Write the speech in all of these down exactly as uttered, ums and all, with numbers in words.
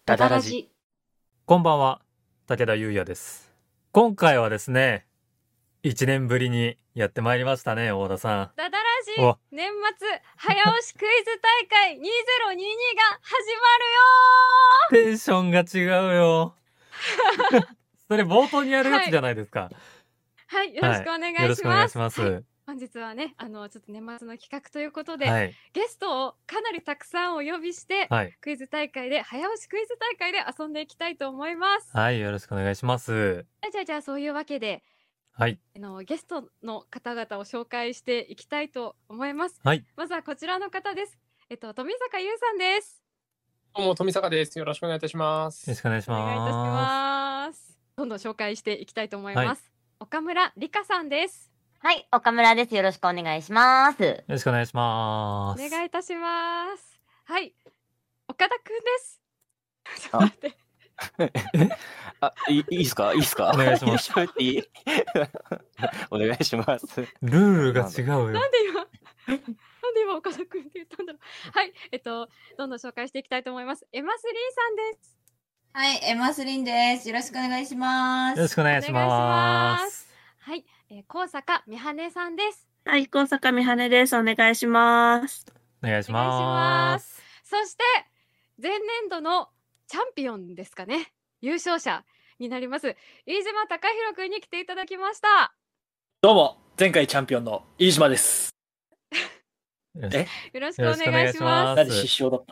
ダダラジ。 こんばんは、武田優也です。今回はですね、いちねんぶりにやってまいりましたね、大田さん。 ダダラジ年末早押しクイズ大会にせんにじゅうにが始まるよテンションが違うよ。それ冒頭にやるやつじゃないですか。 はい、はい、よろしくお願いします。 はい、よろしくお願いします。はい、 本日はね、あのちょっと年末の企画ということで、 はい、 ゲストをかなりたくさんお呼びして、 はい、 クイズ大会で早押しクイズ大会で遊んでいきたいと思います。 はい、よろしくお願いします。 じゃあじゃあそういうわけで、 はい、 あのゲストの方々を紹介していきたいと思います。 はい、 まずはこちらの方です。えっと富坂優さんです。 どうも富坂です。よろしくお願いいたします。 よろしくお願いします。 お願いいたします。どんどん紹介していきたいと思います。はい、岡村理香さんです。 はい、岡村です。よろしくお願いします。よろしくお願いします。 お願いいたします。はい、岡田くんです。ちょっと待って。 あ、いいですかいいですかお願いします。 いいお願いします。 ルールが違うよ。 なんで今なんで今岡田くんって言ったんだろう。はい、えっとどんどん紹介していきたいと思います。エマスリンさんです。 はい、エマスリンです。よろしくお願いします。 よろしくお願いします。 はい、えー、高坂美羽さんです。 はい、高坂美羽です。お願いします。 お願いします。 そして前年度のチャンピオンですかね、優勝者になります飯島貴弘くんに来ていただきました。 どうも、前回チャンピオンの飯島です。 え、よろしくお願いします。 なんで失笑だった？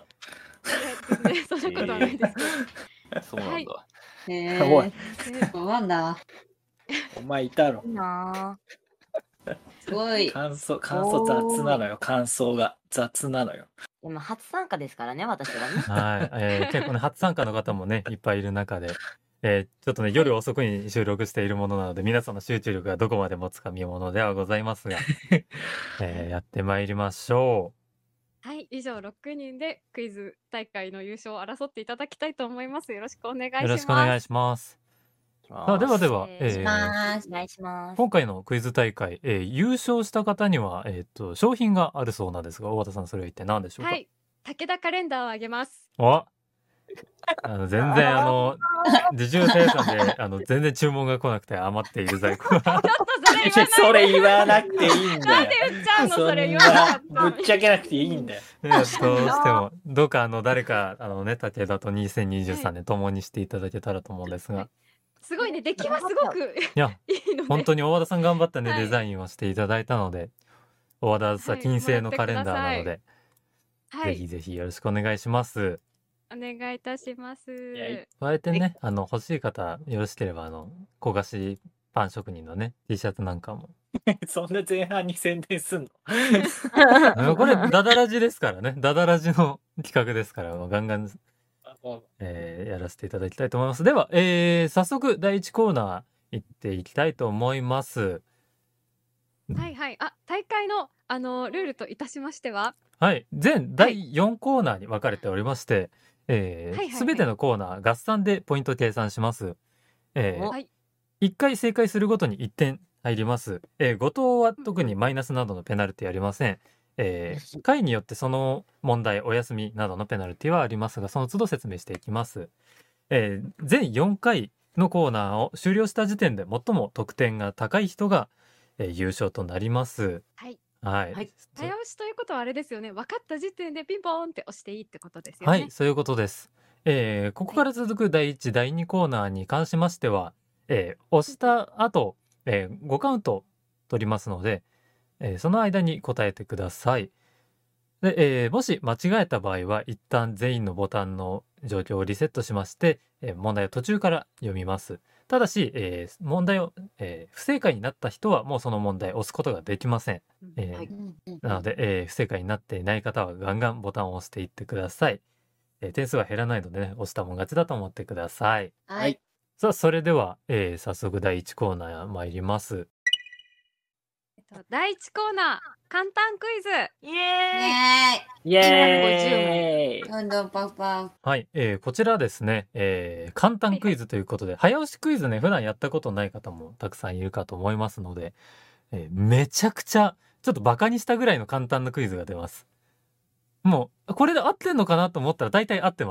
ね、そんなことはないですけど。 えー、そうなんだ。 へえー、おい、そうなんだ。 お前いたろ。 なすごい。 感想、感想雑なのよ。感想が雑なのよ。 でも初参加ですからね、私はね。 はい、えー、結構ね初参加の方もねいっぱいいる中で、えー、ちょっとね夜遅くに収録しているものなので、皆さんの集中力がどこまで持つか見ものではございますが、えー、やってまいりましょう。はい、以上ろくにんでクイズ大会の優勝を争っていただきたいと思います。よろしくお願いします。 よろしくお願いします。さあ、ではでは、 えー、お願いします。 今回のクイズ大会、えー、優勝した方には、えー、と商品があるそうなんですが、大和田さん、それは一体何でしょうか？ はい、武田カレンダーをあげます。 おあの全然あの受注生産であの全然注文が来なくて余っている在庫がちょっとそれ言わなくていいんだよ。 なんで言っちゃうの？それ言わなかった。 ぶっちゃけなくていいんだよ。 どうしてもどうかあの誰かあのね武田とにせんにじゅうさんねん共にしていただけたらと思うんですが、 すごいね、出来はすごくいやいいので、 本当に大和田さん頑張ったね、 はい、 デザインをしていただいたので、大和田さん金製のカレンダーなので、はい、ぜひぜひよろしくお願いします。 お願いいたします。 加えてね、あの欲しい方よろしければあの焦がしパン職人のね T シャツなんかもそんな前半に宣伝すんの？ これダダラジですからね、ダダラジの企画ですから、ガンガン、えー、やらせていただきたいと思います。では、えー、早速だいいちコーナー行っていきたいと思います。 はいはい、あ、大会のあのルールといたしましては、はい、 全だいよんコーナーに分かれておりまして、えー、すべてのコーナー合算でポイント計算します。えーはい、いっかい正解するごとにいってん入ります。えー、後藤は特にマイナスなどのペナルティありません。えー、回によってその問題お休みなどのペナルティはありますが、その都度説明していきます。えー、全よんかいのコーナーを終了した時点で最も得点が高い人が、えー、優勝となります。 はいはい、 はい、早押しということはあれですよね、分かった時点でピンポーンって押していいってことですよね。 はい、そういうことです。えー、ここから続くだいいち、だいにコーナーに関しましては、えー、押した後、えー、ごカウント取りますので、えー、その間に答えてください。で、えー、もし間違えた場合は一旦全員のボタンの状況をリセットしまして、えー、問題を途中から読みます。ただし、えー、問題を、えー、不正解になった人はもうその問題を押すことができません。えーはい、なので、えー、不正解になっていない方はガンガンボタンを押していってください。えー、点数は減らないのでね、押したもん勝ちだと思ってください。 はい。 さあ、それでは、えー、早速だいいちコーナー参ります。 だいいちコーナー、簡単クイズ。 イエーイ。 イエーイ。 どんどんパフパフ。 はい、えー、こちらですね、えー、簡単クイズということで、早押しクイズね、普段やったことない方もたくさんいるかと思いますので、えー、めちゃくちゃちょっとバカにしたぐらいの簡単なクイズが出ます。もうこれで合ってんのかなと思ったら大体合ってます。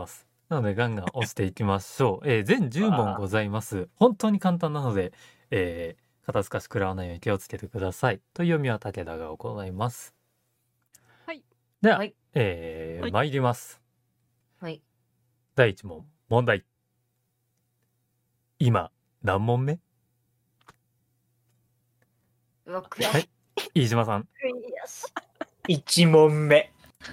なのでガンガン押していきましょう。えー、全じゅう問ございます。本当に簡単なので、えー、肩透かし食らわないように気をつけてください。という読みは武田が行います。 はい。 では、 はいえーはい参ります。 はい。 だいいち問、問題。今、何問目？ うわ、悔しはい。飯島さん。 い。 一問目。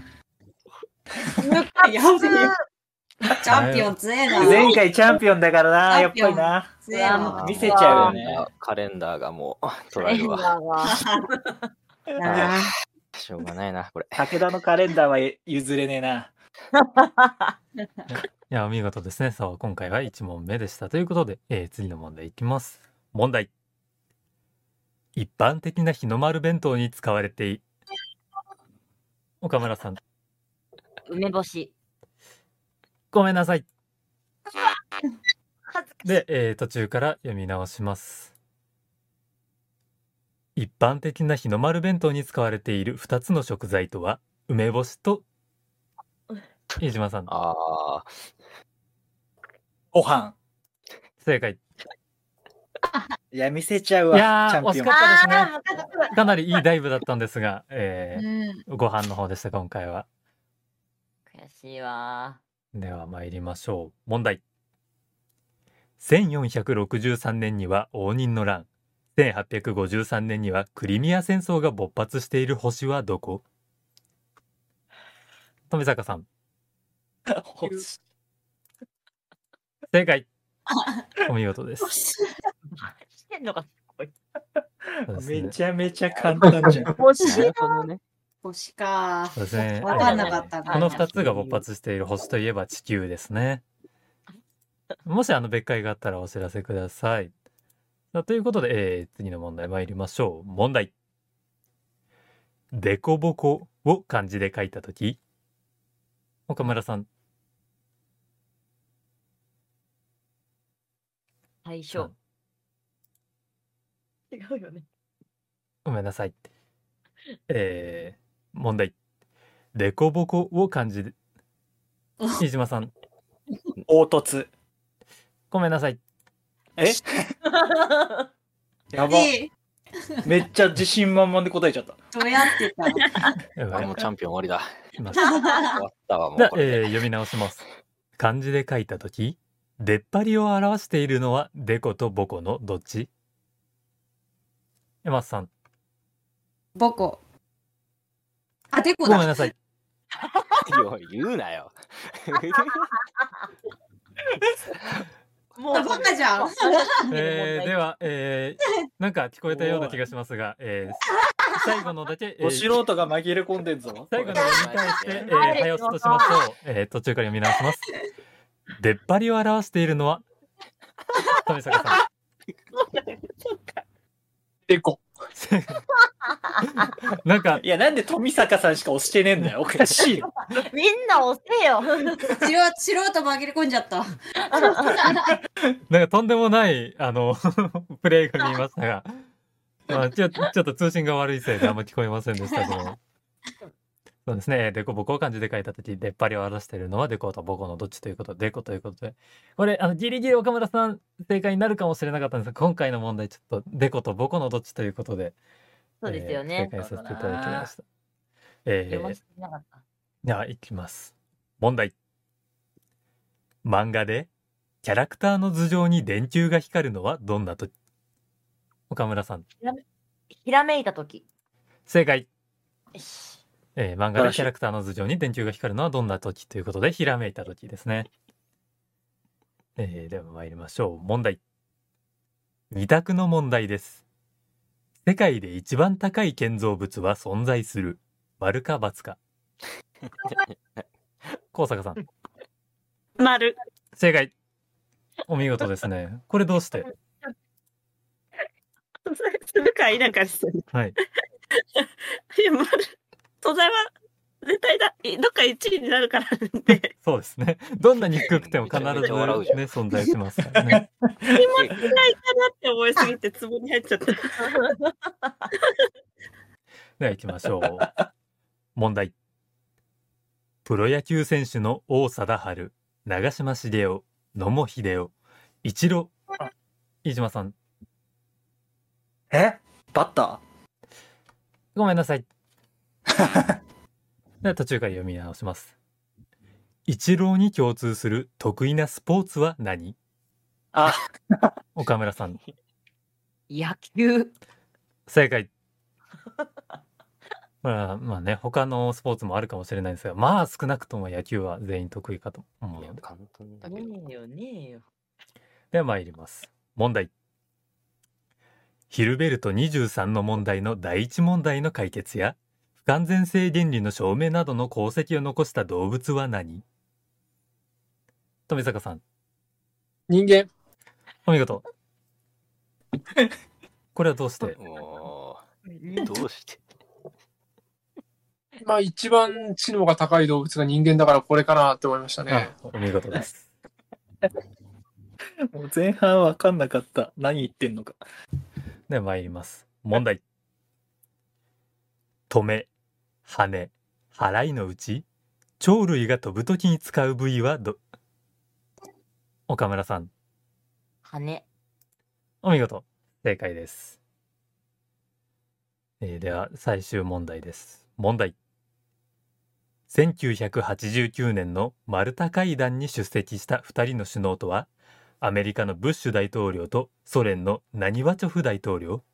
やべえ。チャンピオン強えな。 前回チャンピオンだからな、やっぱりな。 強えな。 見せちゃうよね。 カレンダーがもうカレン取られるダわ。 ーが。 あーしょうがないな、これ。 武田のカレンダーは譲れねえな。 いや、お見事ですね。そう、今回はいち問目でした。ということで、えー次の問題いきます。問題。一般的な日の丸弁当に使われてい岡村さん、 梅干し。 ごめんなさい。 恥ずかしい。 で、えー途中から読み直します。一般的な日の丸弁当に使われているふたつの食材とは、梅干しと、飯島さん、 ああ、 ご飯。 正解。 いや、見せちゃういわ。 やー、惜チャンピオン。 しかったですね。 あー、ムカつく。 かなりいいダイブだったんですが、えうん。 ーご飯の方でした、今回は。 悔しいわ。 では参りましょう。問題。せんよんひゃくろくじゅうさんねんには応仁の乱、せんはっぴゃくごじゅうさんねんにはクリミア戦争が勃発している星はどこ？富坂さん、 星正解。お見事です。 してんのかすごい。 そうですねめちゃめちゃ簡単じゃん。 星なるほどね。 星か。 そうですね。 わかんなかったえーこのふたつが勃発している星といえば地球ですね。もしあの別解があったらお知らせください。さあということで、えー次の問題参りましょう。問題。でこぼこを漢字で書いたとき、岡村さん。 最初。違うよね。 ごめんなさい。えー、問題。でこぼこを漢字で。飯島さん。 凹凸。 ごめんなさい。 えやば。 え、 めっちゃ自信満々で答えちゃった。 どうやってたやばいあもうチャンピオン終わりだ。 来まし終わったわ、もたうこれ。 えー読み直します。漢字で書いたとき、出っ張りを表しているのはでことぼこのどっち？山田さん。 ボコ。あ、デコだ。 ごめんなさい。 おい言うなよ。 もバカじゃん。 えーでは、えーなんか聞こえたような気がしますが、えー最後のだけ、えーお素人が紛れ込んでんぞ。 最後の読み返して、えー早押しとしましょう。えー途中から読み直します。出っ張りを表しているのは、富坂さでこ。 ん。なんか、 いや、なんで富坂さんしか押してねえんだよ。おかしいよ。 みんな押せよ。 素人素人紛れ込んじゃった。 なんかとんでもない、あの、プレイが見えましたが、まあ、ちょちょっと通信が悪いせいであんま聞こえませんでしたけど、そうですね、でこぼこを漢字で書いたとき、出っ張りを表しているのはでことぼこのどっちということで、でこということで、これ、あのギリギリ岡村さん正解になるかもしれなかったんですが、今回の問題、ちょっとでことぼこのどっちということで、 そうですよね。 えー正解させていただきました。え読まーせてなかった。 では、いきます。問題。漫画でキャラクターの頭上に電球が光るのはどんなとき？岡村さん。 ひらめいたとき。 正解。 よし。 えー漫画でキャラクターの頭上に電球が光るのはどんな時ということで、ひらめいた時ですね。えーでは参りましょう。問題。二択の問題です。世界で一番高い建造物は存在する。丸か×か。高坂さん。 丸。 正解。お見事ですね。これどうして？ するか否かですよね。 はい。 いや丸。素材は絶対だ、どっかいちいになるからで。 そうですね。どんなに低くても必ずめちゃめちゃ笑うじゃんね、存在しますからね。 気持ちないかなって思いすぎてツボに入っちゃった。 では行きましょう。問題。プロ野球選手の王貞治。 長嶋茂雄、野茂英雄、一郎。飯島さん。 えバッタごめんなさい。では途中から読み直します。一郎に共通する得意なスポーツは何？ あ、 岡村さん。 野球。 正解。まあ、まあね、他のスポーツもあるかもしれないですが、まあ少なくとも野球は全員得意かと思うので。 簡単だけど。 ねえよねえよ。 では参ります。問題。ヒルベルトにじゅうさんの問題の第一問題の解決や、不完全性原理の証明などの功績を残した動物は何？富坂さん。 人間。 お見事。これはどうして？ おーどうしてまあ一番知能が高い動物が人間だからこれかなって思いましたね。 あ、お見事です。 もう前半わかんなかった。何言ってんのか。 では参ります。問題。止め、羽、払いのうち、鳥類が飛ぶときに使う部位はど？岡村さん。 羽。 お見事。正解です。えーでは最終問題です。問題。せんきゅうひゃくはちじゅうきゅうねんのマルタ会談に出席したふたりの首脳とは、アメリカのブッシュ大統領とソ連のナニワチョフ大統領？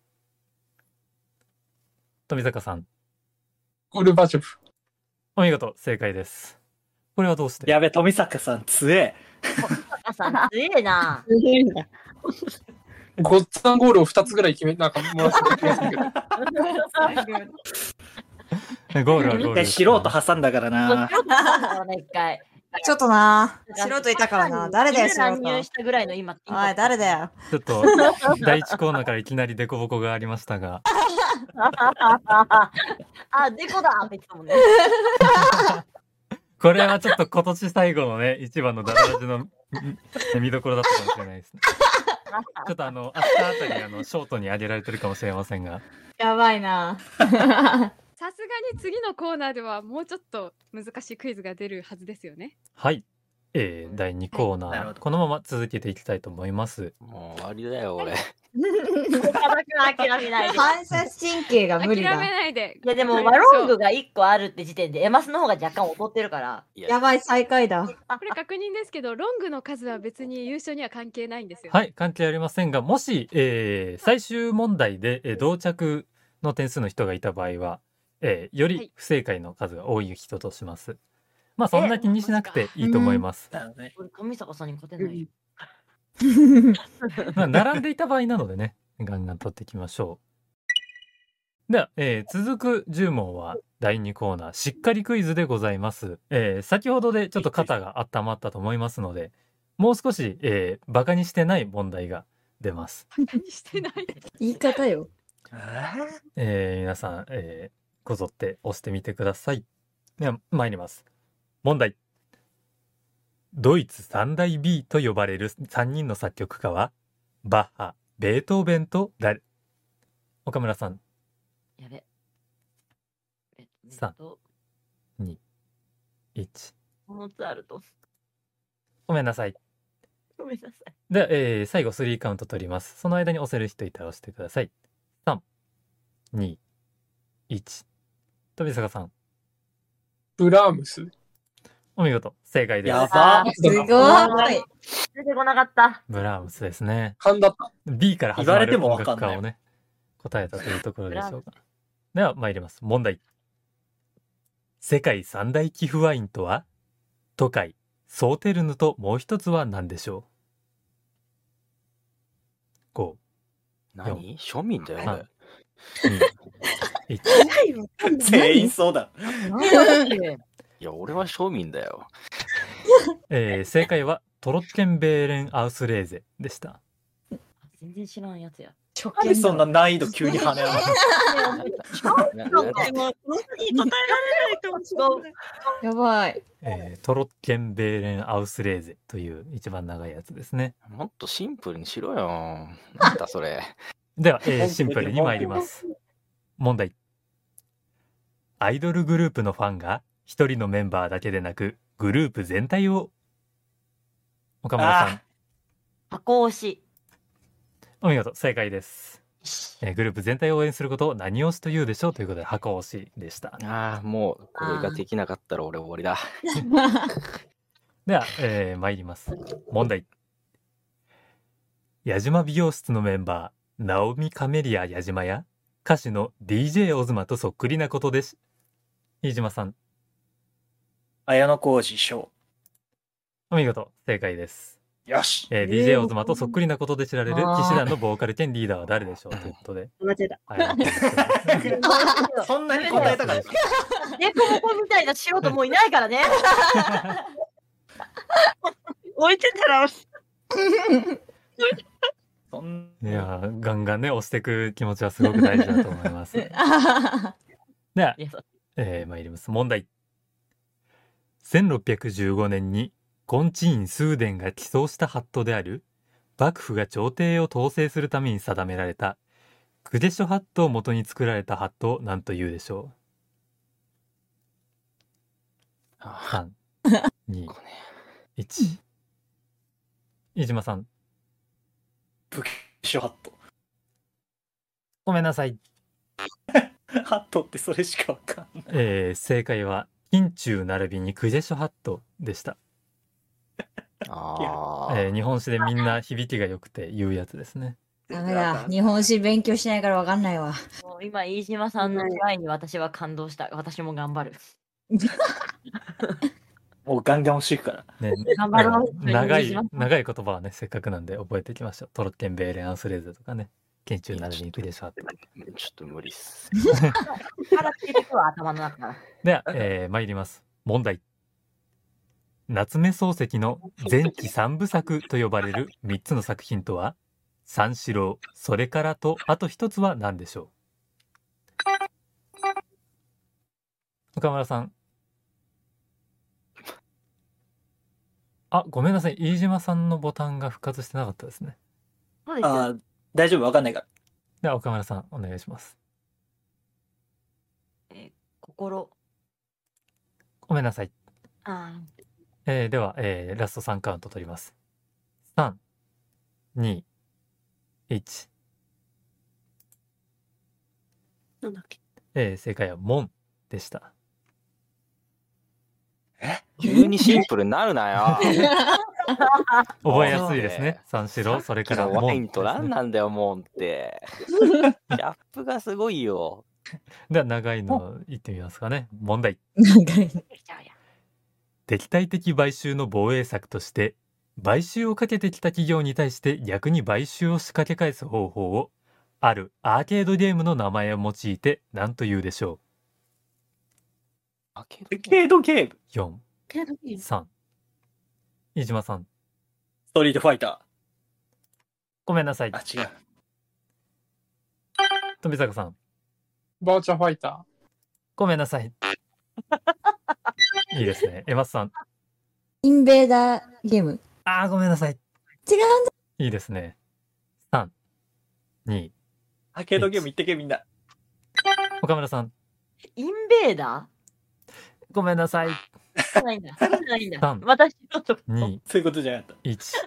富坂さん。 ゴルバチョフ。 お見事。正解です。これはどうして？ やべ、富坂さん強え。 あさん強えな。 すげえな。 ゴッツァンゴールをふたつぐらい決め、なんかもらってた気がするけど。 ゴールはゴール。 一回素人挟んだからな。 一回。 ちょっとな。素人いたからな。誰だよ、素乱入人。 したぐらいの今。 おい、誰だよ。 ちょっと第一コーナーからいきなりデコボコがありましたが。 あ、デコだって言ってたもんね。 これはちょっと今年最後のね、一番のダララジの見どころだったかもしれないですね。ちょっとあの、明日あたりあのショートに上げられてるかもしれませんが。 やばいな。 さすがに次のコーナーではもうちょっと難しいクイズが出るはずですよね。 はい。えー、だいにコーナー、 なるほどこのまま続けていきたいと思います。 もう終わりだよ、俺。 諦めないで。 反射神経が無諦め理だ。 ないで。 いやでも、 頑マ張りましょうロングがいっこあるって時点で、エマスの方が若干劣ってるから。 いややばい、最下位だ。 これ確認ですけど、ロングの数は別に優勝には関係ないんですよ。 はい、関係ありませんが、もし、えー最終問題で、えー同着の点数の人がいた場合は、えーより不正解の数が多い人とします。まあそんな気にしなくていいと思います。 なるほどね。 俺、富坂さんに勝てないよ。 まあ並んでいた場合なのでね、ガンガン取っていきましょう。では、えー続くじゅう問はだいにコーナーしっかりクイズでございます。えー先ほどでちょっと肩が温まったと思いますので、もう少し、えーバカにしてない問題が出ます。 何してない。 言い方よ。 えー皆さん、えーこぞって押してみてください。では参ります。問題。ドイツ三大 B と呼ばれるさんにんの作曲家はバッハ、ベートーベンと誰？岡村さん。 やべ。えっとさんとにいち。 モーツァルト。 ごめんなさい。 ごめんなさい。 では、えー最後スリーカウント取ります。その間に押せる人いたら押してください。さん、に、いち。富坂さん。 ブラームス。 お見事。正解です。 やば。 すごい。 出てこなかった。 ブラームスですね。 勘だった。 B から始まる言われても音わかんない楽家をね、答えたというところでしょうか。では参ります。問題。世界三大寄付ワインとは、トカイ、ソーテルヌともう一つは何でしょう？ご、 何庶民だよ、 さん俺。、 に、いち。 全員そうだ。 いや、俺は庶民だよ。 えー正解はトロッケンベーレンアウスレーゼでした。 全然知らんやつや。 なんでそんな難易度急に跳ね上がるでも、この次答えられないかもしれない。 やばい。 えートロッケンベーレンアウスレーゼという一番長いやつですね。 もっとシンプルにしろよ。なんだそれ。 では、えーシンプルに参ります。問題。アイドルグループのファンが一人のメンバーだけでなくグループ全体を岡村さん。 箱推し。 お見事、正解です。えーグループ全体を応援することを何推しというでしょうということで、箱推しでした。 ああ、もうこれができなかったら俺終わりだ。 では、えー、参ります。問題。矢島美容室のメンバー、ナオミカメリア矢島や、歌手の ディージェー オズマとそっくりなことです。飯島さん。 綾小路翔。 お見事、正解です。 よし。 えー、ディージェー オズマとそっくりなことで知られる騎士団のボーカル兼リーダーは誰でしょうということで。 間違えた。 はい、 そんなに答えたかった。 デコボコみたいな素人もういないからね。 置いてたら、 そんいやー、ガンガンね押していく気持ちはすごく大事だと思います。では、えー、参ります。問題。せんろっぴゃくじゅうごねんに金地院崇伝が起草した法度である幕府が朝廷を統制するために定められた公家諸法度をもとに作られた法度を何というでしょう。さん、に、いち。飯島さん。 武家諸ハット。 ごめんなさい。 ハットってそれしかわかんない。 えー、正解は近中並びに公家諸法度でした。 あえー、日本史でみんな響きが良くて言うやつですね。 ダメだ。日本史勉強しないからわかんないわ。 もう今、飯島さんの前に私は感動した。私も頑張る。 もうガンガン押していくから。 ね、 頑張ろう。 長い飯島さん長い言葉はねせっかくなんで覚えていきましょう。トロッケンベーレンアンスレーズとかね、研中並びに公家諸法度。 ちょっと無理っす。 腹つけてくわ、頭の中から。 では、えー、参ります。問題。夏目漱石の前期三部作と呼ばれる三つの作品とは、三四郎、それからとあと一つは何でしょう。岡村さん。あ、ごめんなさい。飯島さんのボタンが復活してなかったですね。 そうですよ。 ああ、大丈夫わかんないから。 では岡村さんお願いします。 心。 ごめんなさい。 あえー、では、えー、ラストさんカウント取ります。さん、に、いち。 なんだっけ。 えー、正解は門でした。 急にシンプルになるなよ。 覚えやすいですね。三四郎、それから門。 ワインと何なんだよ、もんって。ギャップがすごいよ。 では、長いの言ってみますかね。問題。 長い。 敵対的買収の防衛策として、買収をかけてきた企業に対して逆に買収を仕掛け返す方法を、あるアーケードゲームの名前を用いて何と言うでしょう。 アーケアーケードゲーム。 よん、さん。飯島さん。 ストリートファイタごめんなさい。 ー。あ、違う。 富坂さん。 バーチャファイタごめんなさい。いいですね。エマスさん。 インベーダーゲーム。 あー、ごめんなさい。 違うんだ。 いいですね。さん、に。 アーケードゲーム行ってけみんな。 岡村さん。 インベーダごめんなさい。 ーじゃないんだ。そうじゃないんださん。 私ちょっと。 に、 そういうことじゃなかっいち。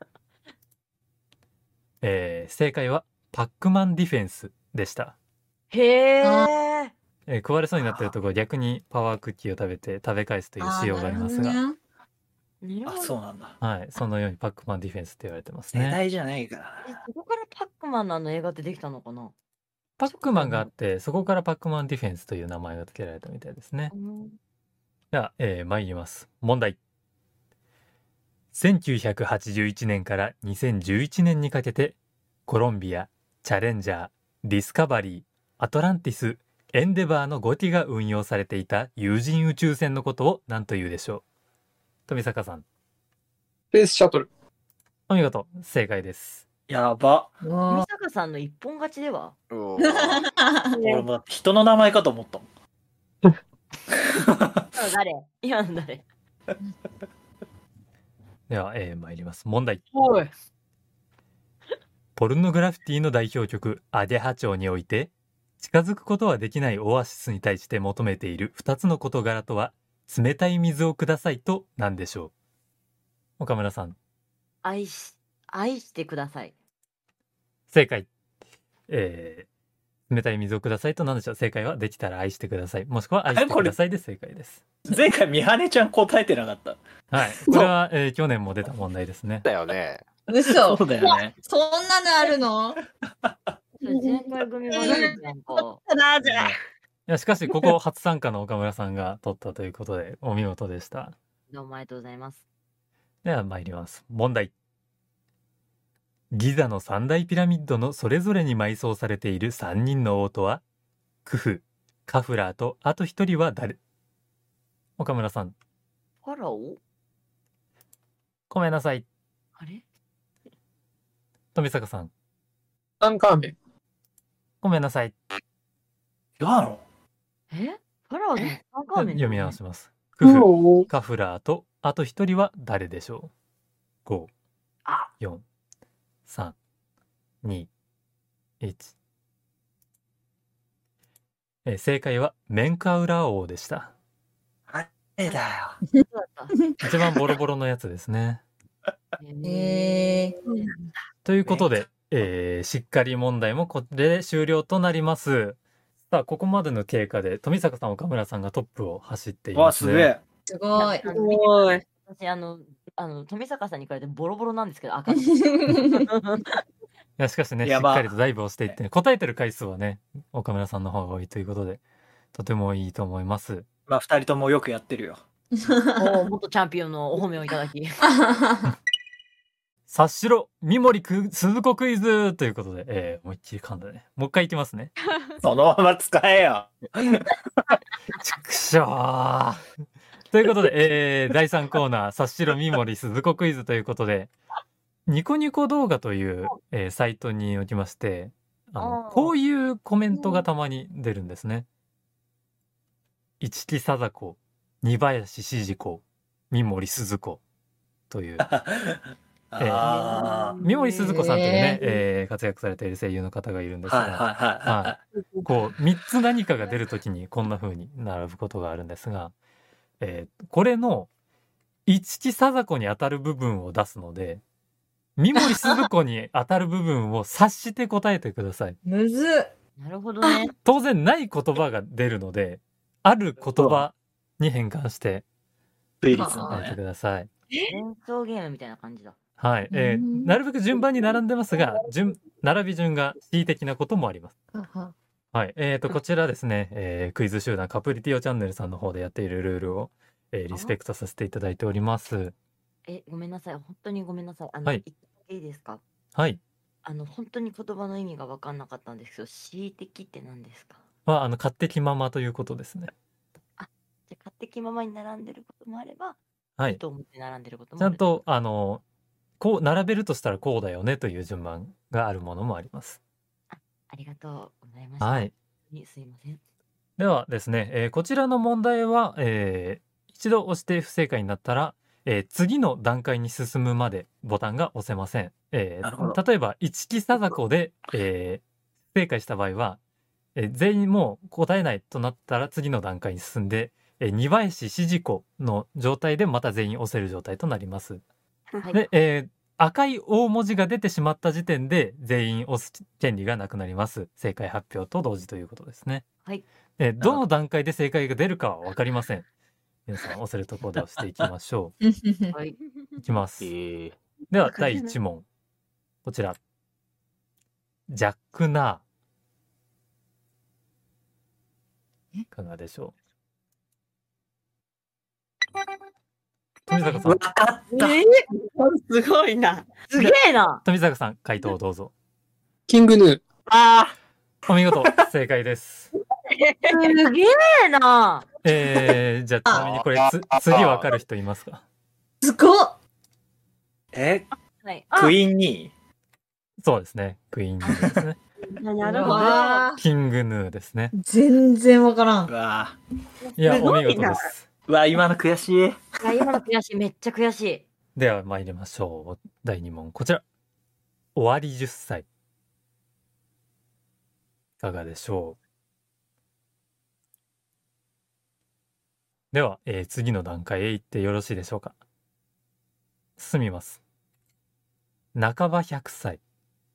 えー、正解はパックマンディフェンスでした。 へえ。 えー、食われそうになってるところ逆にパワークッキーを食べて食べ返すという仕様がありますが、 あーなるほどねた。あ、そうなんだ。 はい、そのようにパックマンディフェンスって言われてます世ね。 代じゃないからえな。 そこからパックマンのあの映画ってできたのかな。 パックマンがあってそこからパックマンディフェンスという名前が付けられたみたいですね。 うんでは、えー、参ります。問題。せんきゅうひゃくはちじゅういちねんからにせんじゅういちねんにかけてコロンビア、チャレンジャー、ディスカバリー、アトランティス、エンデバーのご機が運用されていた有人宇宙船のことを何と言うでしょう。富坂さん。 ー。スペースシャトル。 お見事、正解です。 やば。 うわ美坂さんの一本勝ちでは。 うおー俺もだって人の名前かと思ったもん。 今の誰今の誰では、えー、参ります。問題。 おい。 ポルノグラフィティの代表曲アゲハチョウにおいて近づくことはできないオアシスに対して求めているふたつの事柄とは冷たい水をくださいと何でしょう。岡村さん。 愛し、愛してください。 正解。えー、冷たい水をくださいと何でしょう。正解はできたら愛してください。もしくは愛してくださいで正解です。 前回みはねちゃん答えてなかった。 はい。これは、えー去年も出た問題ですね。 だよね。 嘘。 そうだよね。 そんなのあるの？ 前回組がないじゃんか。 ただじゃない。 いや、しかし、ここ初参加の岡村さんが取ったということで、お見事でした。 どうもありがとうございます。 では参ります。問題。ギザの三大ピラミッドのそれぞれに埋葬されているさんにんの王とは、クフ、カフラーとあとひとりは誰？岡村さん、 ファラオ？ ごめんなさい。 あれ？ 富坂さん、 タンカーメン。 ごめんなさい。 違うの？ え？ファラオでツタンカーメン読み直します。クフ、 おーカフラーとあとひとりは誰でしょう？ ご、よん、さん、に、いち。えー正解はメンカウラー王でした。 えだよ。 そうだった。 一番ボロボロのやつですね。 えー、 ということで、えーしっかり問題もこれで終了となります。さあ、ここまでの経過で富坂さん、岡村さんがトップを走っていわあ、 ますね。 すげえ。 すごい。 あのすごい。 私、あの、あの、富坂さんに比べてボロボロなんですけど、赤の。 いや、しかしね、しやばっかりとダイブをしていって、ね、答えてる回数はね、岡村さんの方が多いということで、とてもいいと思います。 まあ、二人ともよくやってるよ。 お元チャンピオンのお褒めをいただき。 さっしろ、三森く鈴子クイズということで、えー、思いっきり噛んだね。もう一回いきますね。 そのまま使えよ。 ちくしょー。ということで、えー、だいさんコーナー、さっしろ三森鈴子クイズということで、ニコニコ動画という、えーサイトにおきまして、あのあーこういうコメントがたまに出るんですね。一木貞子、二林志次子、三森鈴子という。 あ三森鈴子さんというね、えー活躍されている声優の方がいるんですあ。 が、 はいはいはいはこうみっつ何かが出るときにこんな風に並ぶことがあるんですが、えーこれの一木貞子に当たる部分を出すので、三森鈴子に当たる部分を察して答えてください。 むずっ。 なるほどね。 当然ない言葉が出るので、ある言葉に変換してい。推理すん答えてだね。 ください。 連想ゲームみたいな感じだ。 はい、えーうんなるべく順番に並んでますが、順並び順が恣意的なこともあります。はい、えーとこちらですね、えークイズ集団カプリティオチャンネルさんの方でやっているルールを、えーリスペクトさせていただいております。 え、ごめんなさい。本当にごめんなさい。あの、 はい言っていいですか？ はい。 あの、本当に言葉の意味が分かんなかったんですけど、恣意的って何ですか？ はあの勝手気ままということですね。 じゃあ、勝手気ままに並んでることもあれば、 はい。 いと思って並んでることもちゃんある。 とあのこう並べるとしたらこうだよねという順番があるものもあります。 ありがとうございました。 はい。 にすいません。 ではですね、えーこちらの問題は、えー一度押して不正解になったら、えー次の段階に進むまでボタンが押せません。えーなるほど例えば一木貞子で、えー不正解した場合は、えー全員もう答えないとなったら次の段階に進んで、えー二林志次子の状態でまた全員押せる状態となります。 はい。 で、えー赤い大文字が出てしまった時点で全員押す権利がなくなります。正解発表と同時ということですね。 はい。 えーどの段階で正解が出るかは分かりません。皆さん押せるところで押していきましょはい。 う。いきます。 えー、 ではだいいち問。こちら。ジャック・ナー。いかがでしょう。富坂さん、 わかった。 えー、すごいな。 すげえな。 富坂さん、回答をどうぞ。 キングヌー。 あお見事、正解です。 すげえな。 えー、じゃあちなみにこれつ次分かる人いますか？ すごっ。 ーえ、 はい。あクイーンにそうですね。クイーンヌーですね。 なるほど。 わキングヌーですね。 ー全然わから。 うんわいや、 すごいなお見事です。 うわ今の悔しい。 いや今の悔しい。めっちゃ悔しい。 では参りましょう。だいに問、こちら。終わりじゅっさい。いかがでしょう。では、えー次の段階へ行ってよろしいでしょうか。進みます。 半ばひゃくさい。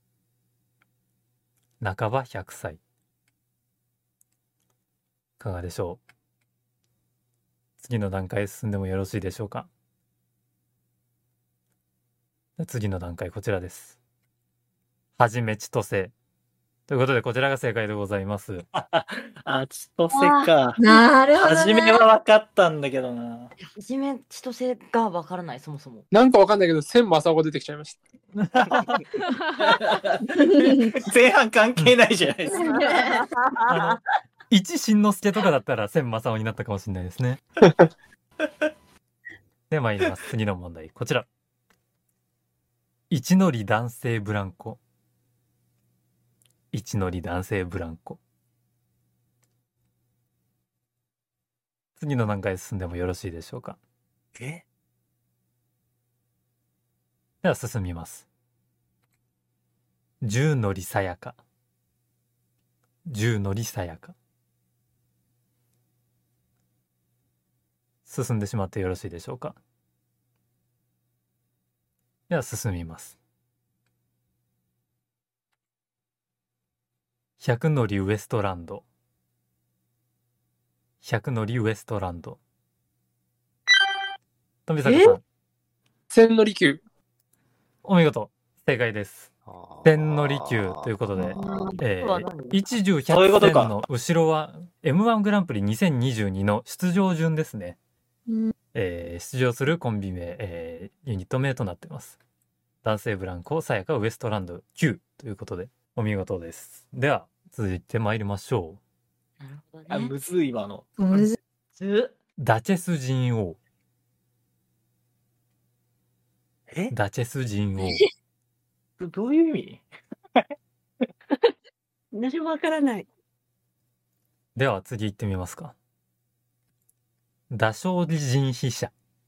半ばひゃくさい。いかがでしょう。次の段階進んでもよろしいでしょうか。次の段階こちらです。はじめ千歳。ということでこちらが正解でございます。 あ、千歳か。 なるほど、ね。 初めは分かったんだけどな。 はじめ千歳がわからない、そもそも。 なんかわかんないけど、千正雄が出てきちゃいました。 前半関係ないじゃないですか。 あの一新之助とかだったら千正雄になったかもしれないですね。で参ります。次の問題こちら。一乗り男性ブランコ。一乗り男性ブランコ。次の段階進んでもよろしいでしょうか。 えでは進みます。十乗りさやか。十乗りさやか。進んでしまってよろしいでしょうか。では進みます。百乗りウエストランド。百乗りウエストランド。富坂さん。 千利休。 お見事。正解です。千利休ということで、えー、一重百戦の後ろは エムワン グランプリにせんにじゅうにの出場順ですね。えー、出場するコンビ名、えー、ユニット名となっています。男性ブランコ、さやかウエストランドきゅうということでお見事です。では続いて参りましょう。なるほどね。 あ、むずい今の。 むずず。 ダチェス人王。 え？ ダチェス人王。 どういう意味？ 何もわからない。 では次行ってみますか。打勝利人飛車。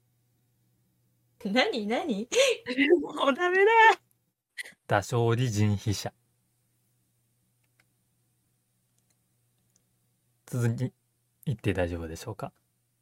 何何もうダメだ。 打勝利人飛車。続き言って大丈夫でしょうか。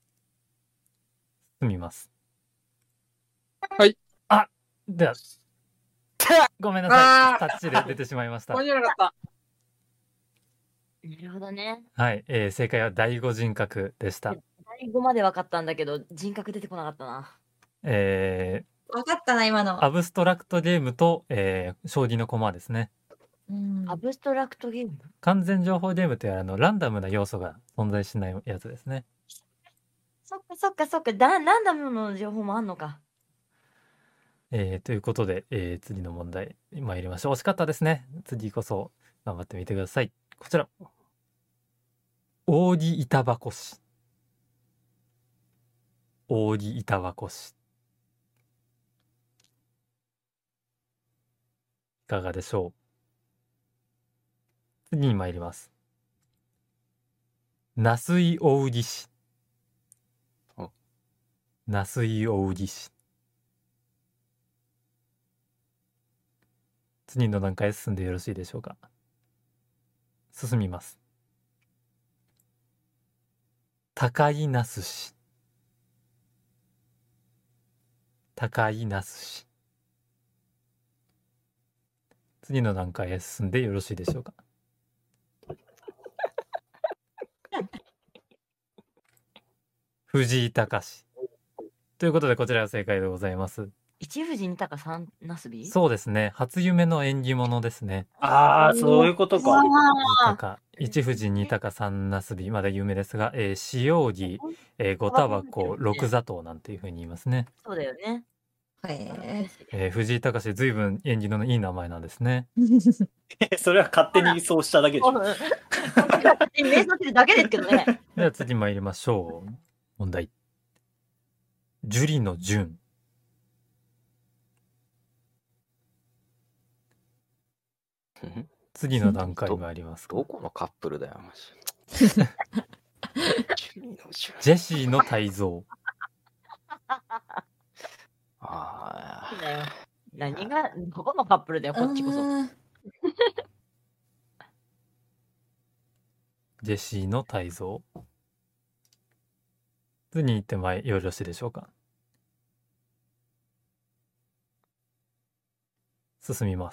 進みます。 はい。 あ、ではごめんなさい。タッチで出てしまいました。 間に合わなかった。 なるほどね。 はい、えー、正解は第五人格でした。 第五まで分かったんだけど、人格出てこなかったな。 えー、分かったな、今の。 アブストラクトゲームと、えー、将棋の駒ですね。 うん、アブストラクトゲーム？ 完全情報ゲームというあのランダムな要素が存在しないやつですね。 そっかそっかそっか、だランダムの情報もあんのか。 えー、ということで、えー、次の問題参りましょう。惜しかったですね。次こそ頑張ってみてください。こちら。扇板箱市。扇板箱市。いかがでしょう。次に参ります。那須井大木市。那須井大木市。次の段階へ進んでよろしいでしょうか。進みます。高い那須市。高い那須市。次の段階へ進んでよろしいでしょうか。藤井隆。ということでこちらが正解でございます。 一藤二鷹三なすび？ そうですね。初夢の縁起物ですね。 ああ、そういうことか。 一藤二鷹三なすびまだ有名ですが、えー、使用着、えー、五タバコ、六砂糖なんていうふうに言いますね。 そうだよね。 えー、藤井隆ずいぶん縁起のいい名前なんですね。 それは勝手にそうしただけでしょ。 勝手に瞑想してるだけですけどね。 では次参りましょう。問題。樹里の純。次の段階がありますか。 どこのカップルだよ、マジ。 ジェシーの泰造。 ああ。 何がどこのカップルだよ、こっちこそ。 ジェシーの泰造。次に行ってまいよろしいでしょうか。 進みます。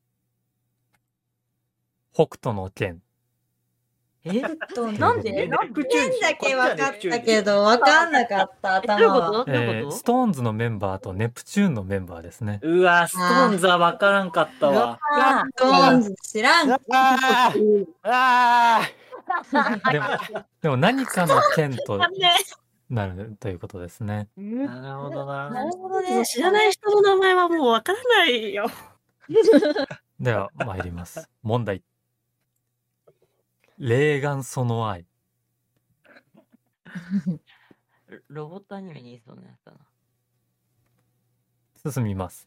北斗の拳。 えとなんでネなんプチューンでしょだけ分かったこっちはネプチューンけど、分かんなかった、 えどういう頭は。 ことどういうえー、 ことストーンズのメンバーとネプチューンのメンバーですね。 うわ、ストーンズは分からんかったわ。 あストーンズ知らん。 あーあでも、でも何かの剣と残念なるということですね。 ーなるほどな。 なるほどもうね。 知らない人の名前はもうわからないよ。 では参ります。問題。レーガンその愛。 ロロボットアニメにいそうなやつだな。 進みます。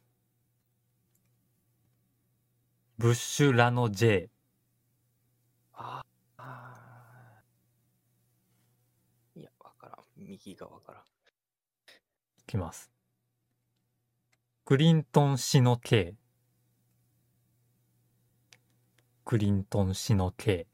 ブッシュラノ J。 ああー。いや、わからん。右がわからん。 いきます。クリントン氏の K。クリントン氏の K。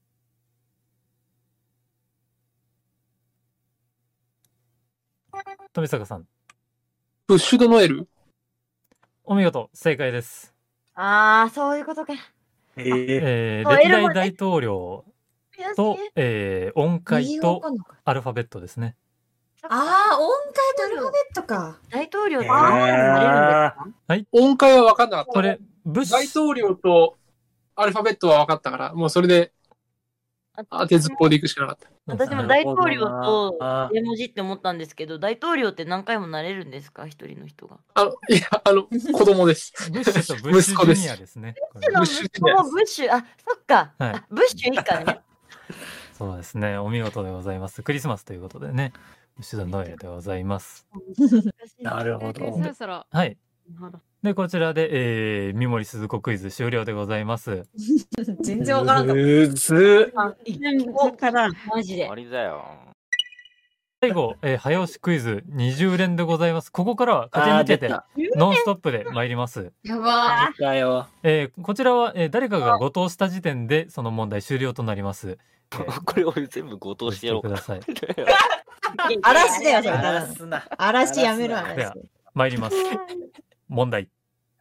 富坂さん、 ブッシュドノエル。 お見事、正解です。 ああ、そういうことか。 えー、 えー、 あ歴 L も代大統領悔しいと、えー、音階右が分とかんのか。 アルファベットですね。 ああ、音階とアルファベットか。 大統領ってえー何回もなれるんですか？ 音階は分かんなかった。 これ、ブッシュ、 大統領とアルファベットは分かったから、もうそれで当てずっぽうでいくしかなかった。 私も大統領と絵文字って思ったんですけど、大統領って何回もなれるんですか？一人の人が。 あの、いや、あの、子供です。 ブッシュとブッシュジュニアですね。これブッシュのブッシュ、あ、そっか。 はいあブッシュ以下ね。 そうですね。お見事でございます。クリスマスということでね。ブッシュドノエルでございます。 なるほど。 そろそろ。 はい。 なるほどで、こちらで、えー、三森鈴子クイズ終了でございます。 全然分からんかった。 むずあ全部からマジで終わ。りだよ。 最後、えー、早押しクイズにじゅう連でございます。ここからは勝ち抜けて、 あノンストップで参ります。 やばーだよ。 えー、こちらは、えー、誰かが誤答した時点で、その問題終了となります。えーこれ俺全部ご答してやろうか。 ごしてください。 い。嵐だよ、それ。た荒だらすな。 嵐やめろ、 で嵐は。参ります。問題。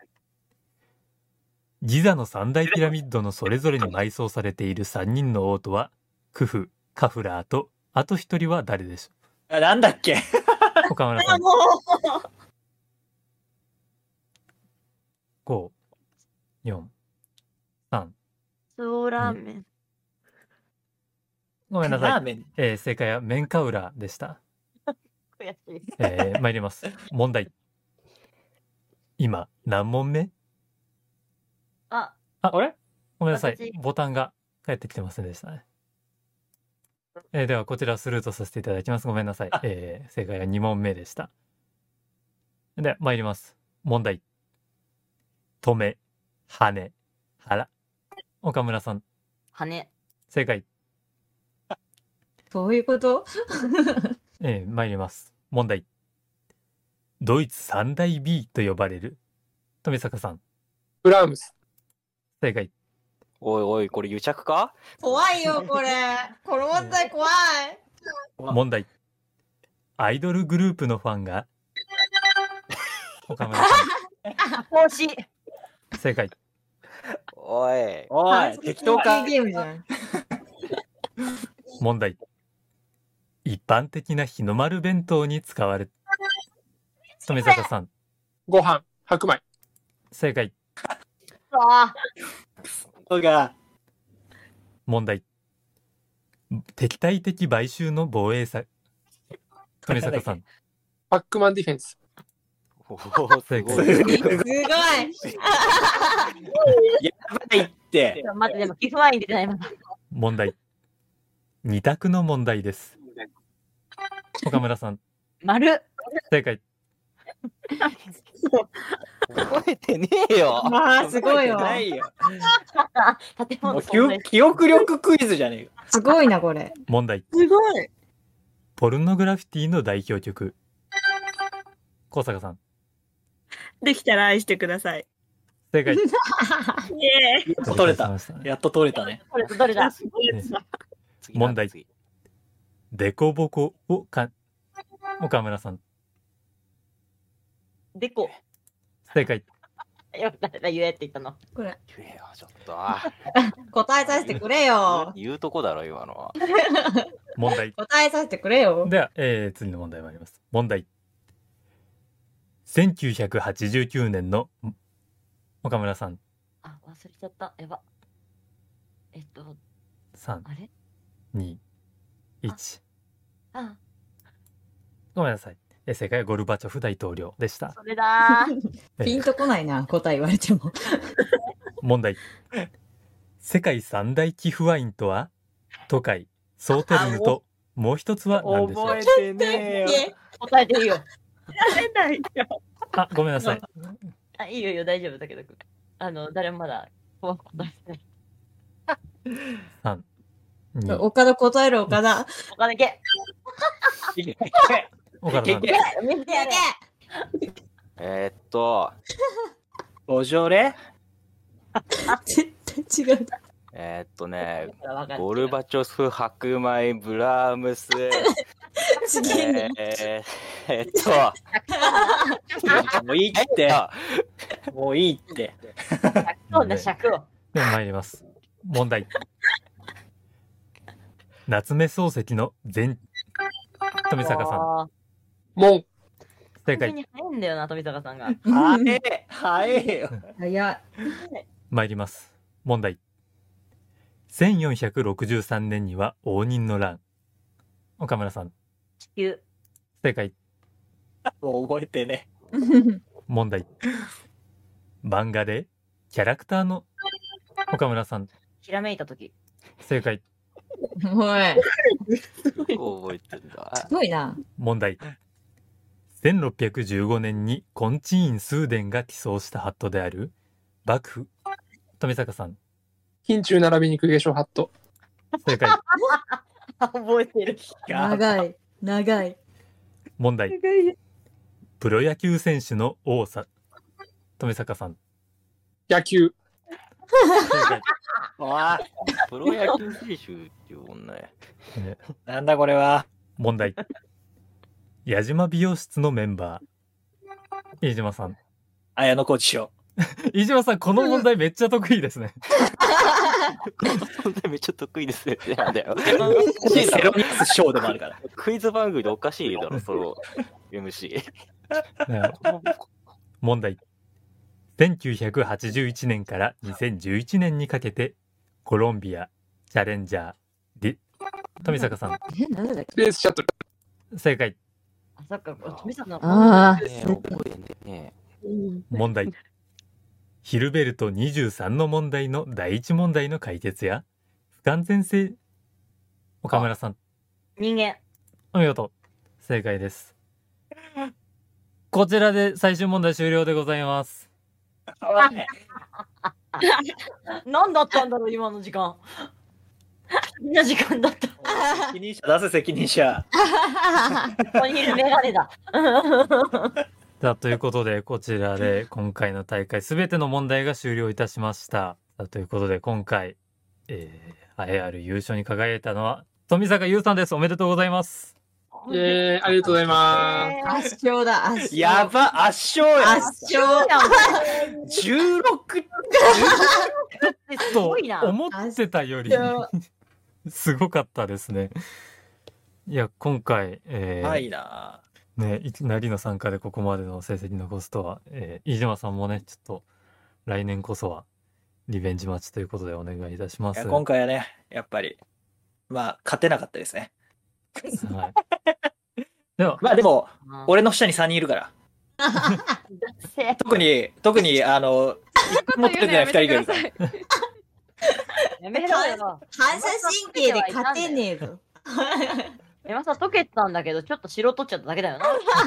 ギザの三大ピラミッドのそれぞれに埋葬されているさんにんの王とは、クフ、カフラーと、あとひとりは誰でしょあ、なんだっけ。 う？岡村さん。 もうご、よん、さん。 そうラーメン。 ごめんなさい。 ラーメン。 えー、正解はメンカウラでした。 悔しい。 えー、参ります。問題。今、何問目？ あ、 あれごめんなさい私。 ボタンが返ってきてませんでしたね。えー、では、こちらスルートさせていただきます。ごめんなさい。えー、正解はに問目でした。では、参ります。問題。止め、羽、腹。岡村さん、 羽。 正解。 どういうこと？ えー、参ります。問題。ドイツ三大 B と呼ばれる。富坂さん、 ブラームス。 正解。 おいおい、これ癒着か？ 怖いよ、これ。この問題怖い。 問題。アイドルグループのファンが。岡村さ帽子。 ん、正解。 おい。 おい、適当か。 ゲームじゃん。 問題。一般的な日の丸弁当に使われ。富坂さん、 ご飯、白米。 正解。 あそうか。 問題。敵対的買収の防衛策。富坂さん、 パックマンディフェンス。 おお、すごい。 正解。 すごい。 やばいって。 ー待って、でも寄付ワイン出てないまだ。 問題。二択の問題です。岡村さん、 丸。 正解。 覚えてねえよ。 まあ、すごいわ。 ないよ。 建もう物存在記記憶力クイズじゃねえよ。 すごいな、これ。 問題。 すごい。 ポルノグラフィティの代表曲。高坂さん、 できたら愛してください。 正解。 イエーイ。 やっと取れた。 ましたね。 やっと取れたね。 これどれだ？ 次だ問題次デコボコをか。岡村さん、 でこ。 正解。 よ誰だ言えって言ったの。 これ言えよ、ちょっと。 答えさせてくれよ。 言うとこだろ、今のは。 問題。 答えさせてくれよ。 では、えー、次の問題参ります。問題。せんきゅうひゃくはちじゅうきゅうねんの岡村さん。 あ、忘れちゃった。やば。えっと、 さん、 あれに、いち。 あ、 ごめんなさい。え正解はゴルバチョフ大統領でした。 それだえーピンとこないな、答え言われても。 問題。世界三大寄付ワインとはトカイ、ソーテリングともう一つは何でしょう。 覚えてねえよ。 答えていいよ。 やれないよ。 あ、ごめんなさい。 あ、いいよいいよ、大丈夫だけど。あの、誰もまだ答えてない。 さん、に、 岡田答える岡田。 お金け。 岡田さん。 見てやれ。 えー、っと、 ボジョレ絶対違う。 えー、っとね、 わかるゴルバチョフ、白米、ブラームス、 次に。 えー、えーっと、 もういいって。もういいって。 そうね、尺を。 では参ります。問題。夏目漱石の全富坂さん。 あもん。 正解。 ー本当に早いんだよな、富坂さんが。 早え、早えよ。 早い。 参ります。問題。せんよんひゃくろくじゅうさんねんには応仁の乱。岡村さん。 地球。 正解。 もう覚えてね。 問題。漫画でキャラクターの岡村さん。 ひらめいたとき。 正解。 おい。 覚えてんだ。 すごいな。 問題。せんろっぴゃくじゅうごねんに金地院崇伝が起草したハットである幕府。富坂さん。 金中並びに公家書ハット。 正解。 覚えてる。 長い。長い。 問題。プロ野球選手の多さ。富坂さん。 野球。 正解。 わあ、 プロ野球選手っていうもんね。 えーなんだこれは。 問題。矢島美容室のメンバー。飯島さん。 綾野コーチ賞。 飯島さん、この問題めっちゃ得意ですね。 この問題めっちゃ得意ですね。なんだよ。 セロニアス賞でもあるから。 クイズ番組でおかしいだろ、その エムシー。 ね問題。せんきゅうひゃくはちじゅういちねんからにせんじゅういちねんにかけて、コロンビア、チャレンジャー、ディ、富坂さん。 え、なんだっけ。 スペースシャトル。 正解。 あ、そっか、富坂の。 ああ。 ね覚えてね。 問題。ヒルベルトにじゅうさんの問題の第一問題の解決や、不完全性。岡村さん。 人間。 お見事。正解です。こちらで最終問題終了でございます。 何だったんだろう、今の時間。みんな時間だった。 責任者出せ、責任者。 ここにいるメガネだ。 さあということでこちらで今回の大会すべての問題が終了いたしました。さあということで今回、えー、栄えある優勝に輝いたのは富坂優さんです。おめでとうございます。 イエーイ、ありがとうございま圧勝だ、圧勝。 やば、圧勝や。 圧勝。 じゅうろく。 すとごいな。 思ってたよりすごかったですね。いや今回、えーはいな。 ね、いきなりの参加でここまでの成績残すとは、えー、飯島さんもねちょっと来年こそはリベンジマッチということでお願いいたします。 いや今回はね、やっぱり、まあ、勝てなかったですね。 はい、では、 まあでも、 うん俺の下にさんにんいるから。特に、特に、あの、持ってるんじゃないふたりがいるから。 やめろよ。 反射神経で勝てねえぞ。 山さん溶けてたんだけど、ちょっと白取っちゃっただけだよな。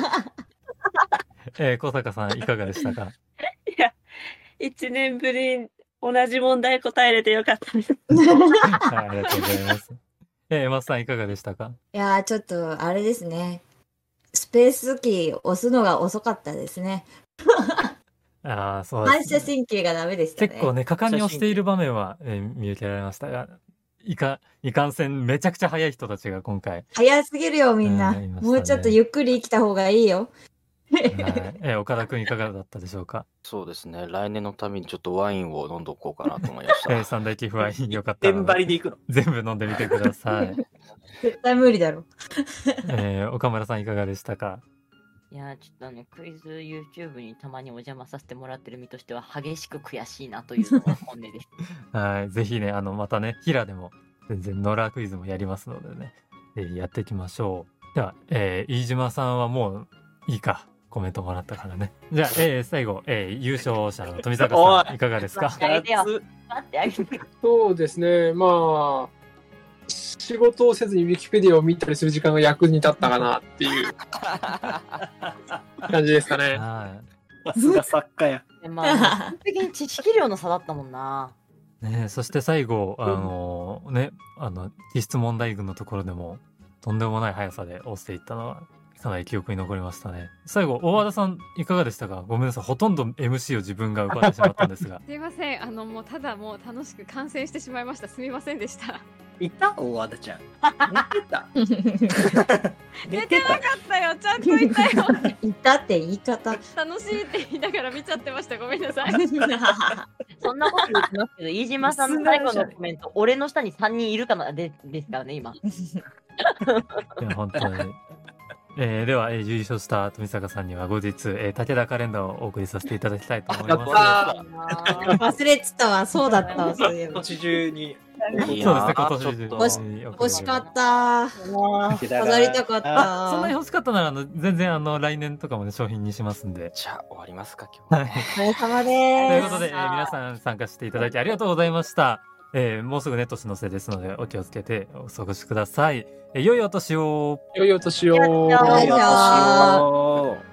えー、小坂さんいかがでしたか？ いや、一年ぶりに同じ問題答えれてよかったです。 はい、ありがとうございます。えー、松さんいかがでしたか？ いやー、ちょっと、あれですね。スペースキー押すのが遅かったですね。 ああ、そうで反す、ね。 射神経がダメでしたね。 結構ね、果敢に押している場面は、えー見受けられましたが、いか、いかんせんめちゃくちゃ速い人たちが今回。 早すぎるよ、みんな。 うんいましたねもうちょっとゆっくり生きた方がいいよ。 はいえー岡田くんいかがだったでしょうか。 そうですね。来年のためにちょっとワインを飲んどこうかなと思いましえーた。 三大寄付ワインよかった天ら張りで行くの。 全部飲んでみてください。 絶対無理だろ。 えー岡村さんいかがでしたか。 いやー、ちょっとあの、クイズ YouTube にたまにお邪魔させてもらってる身としては、激しく悔しいなというのが本音です。 はい、ぜひね、あの、またね、ヒラでも、全然、ノラクイズもやりますのでね、ぜひやっていきましょう。では、えー、飯島さんはもういいか、コメントもらったからね。じゃあ、えー、最後、えー、優勝者の富坂さん、いかがですか。 待ってあげてよ。待ってあげてよ。 そうですね。まあ、仕事をせずにウィキペディアを見たりする時間が役に立ったかなっていう感じですかね。 はさすが作家や。 でまあ、基本的に知識量の差だったもんな。 い。ね、そして最後、あのーね、あの、実質問題群のところでも、とんでもない速さで押していったのは、かなり記憶に残りましたね。最後、大和田さん、いかがでしたか。ごめんなさい、ほとんど エムシー を自分が奪ってしまったんですが。 すいません、あのもうただもう楽しく観戦してしまいました。すみませんでした。 いた大和田ちゃん。寝てた寝てなかったよ、ちゃんといたよ。 いたって言い方。 楽しいって言いながら見ちゃってました。ごめんなさい。 そんなこと言ってますけど、飯島さんの最後のコメント、俺の下にさんにんいるかなでですからね、今。 いや、本当に。えー、では、えー、優勝した富坂さんには後日、えー、武田カレンダーをお送りさせていただきたいと思います。 忘れてたわ。そうだったわ。そういえば。 年中に。 そうですね、今年中に欲し欲しかった。飾りたかっあ、そんなにた。 欲しかったなら、あの、全然、あの、来年とかもね、商品にしますんで。 じゃあ終わりますか今日。 はい。 お疲れ様とです。 いうことで、えー皆さん参加していただきありがとうございました。えーもうすぐね、年の瀬ですので、お気をつけてお過ごしください。えー良いお年を。 良いお年を。 よいしょー。 おー